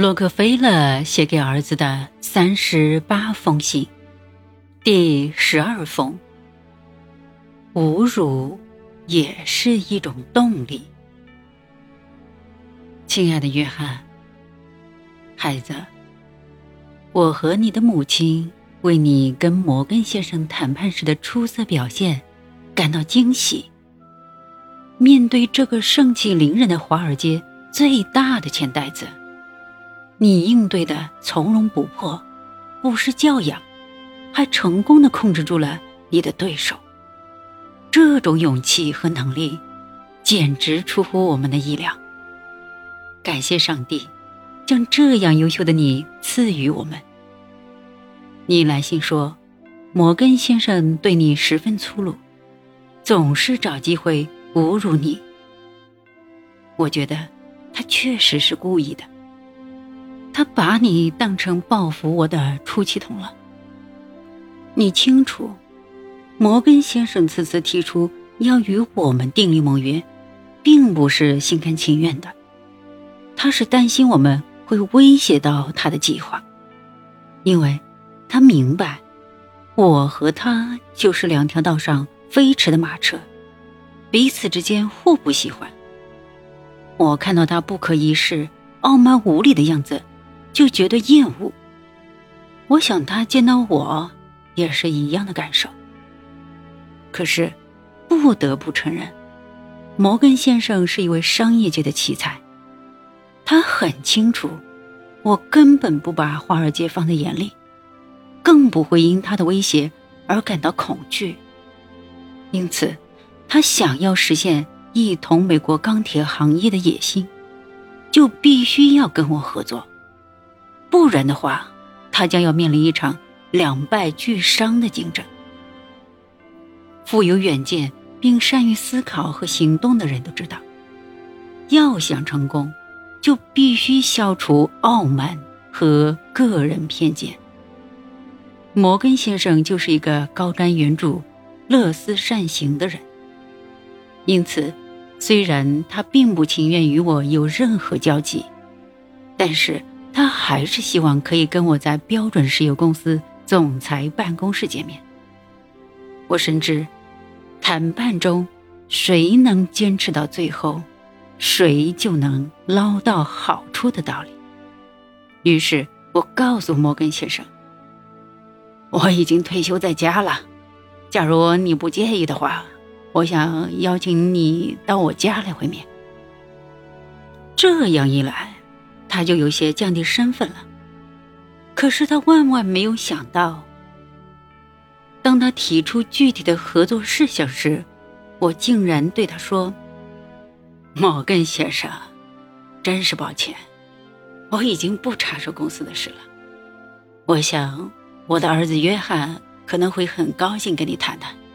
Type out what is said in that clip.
洛克菲勒写给儿子的38封信，第12封。侮辱也是一种动力。亲爱的约翰，孩子，我和你的母亲为你跟摩根先生谈判时的出色表现感到惊喜。面对这个盛气凌人的华尔街最大的钱袋子，你应对的从容不迫，不失教养，还成功地控制住了你的对手。这种勇气和能力简直出乎我们的意料。感谢上帝将这样优秀的你赐予我们。你来信说，摩根先生对你十分粗鲁，总是找机会侮辱你。我觉得他确实是故意的，他把你当成报复我的出气筒了。你清楚，摩根先生此次提出要与我们订立盟约，并不是心甘情愿的，他是担心我们会威胁到他的计划，因为他明白我和他就是两条道上飞驰的马车，彼此之间互不喜欢。我看到他不可一世、傲慢无礼的样子，就觉得厌恶。我想他见到我也是一样的感受。可是不得不承认，摩根先生是一位商业界的奇才。他很清楚，我根本不把华尔街放在眼里，更不会因他的威胁而感到恐惧。因此，他想要实现一统美国钢铁行业的野心，就必须要跟我合作。不然的话，他将要面临一场两败俱伤的竞争。富有远见并善于思考和行动的人都知道，要想成功，就必须消除傲慢和个人偏见。摩根先生就是一个高瞻远瞩、乐思善行的人，因此虽然他并不情愿与我有任何交集，但是他还是希望可以跟我在标准石油公司总裁办公室见面。我深知谈判中谁能坚持到最后，谁就能捞到好处的道理。于是我告诉摩根先生，我已经退休在家了，假如你不介意的话，我想邀请你到我家来会面。这样一来，他就有些降低身份了。可是他万万没有想到，当他提出具体的合作事项时，我竟然对他说，摩根先生，真是抱歉，我已经不插手公司的事了。我想我的儿子约翰可能会很高兴跟你谈谈。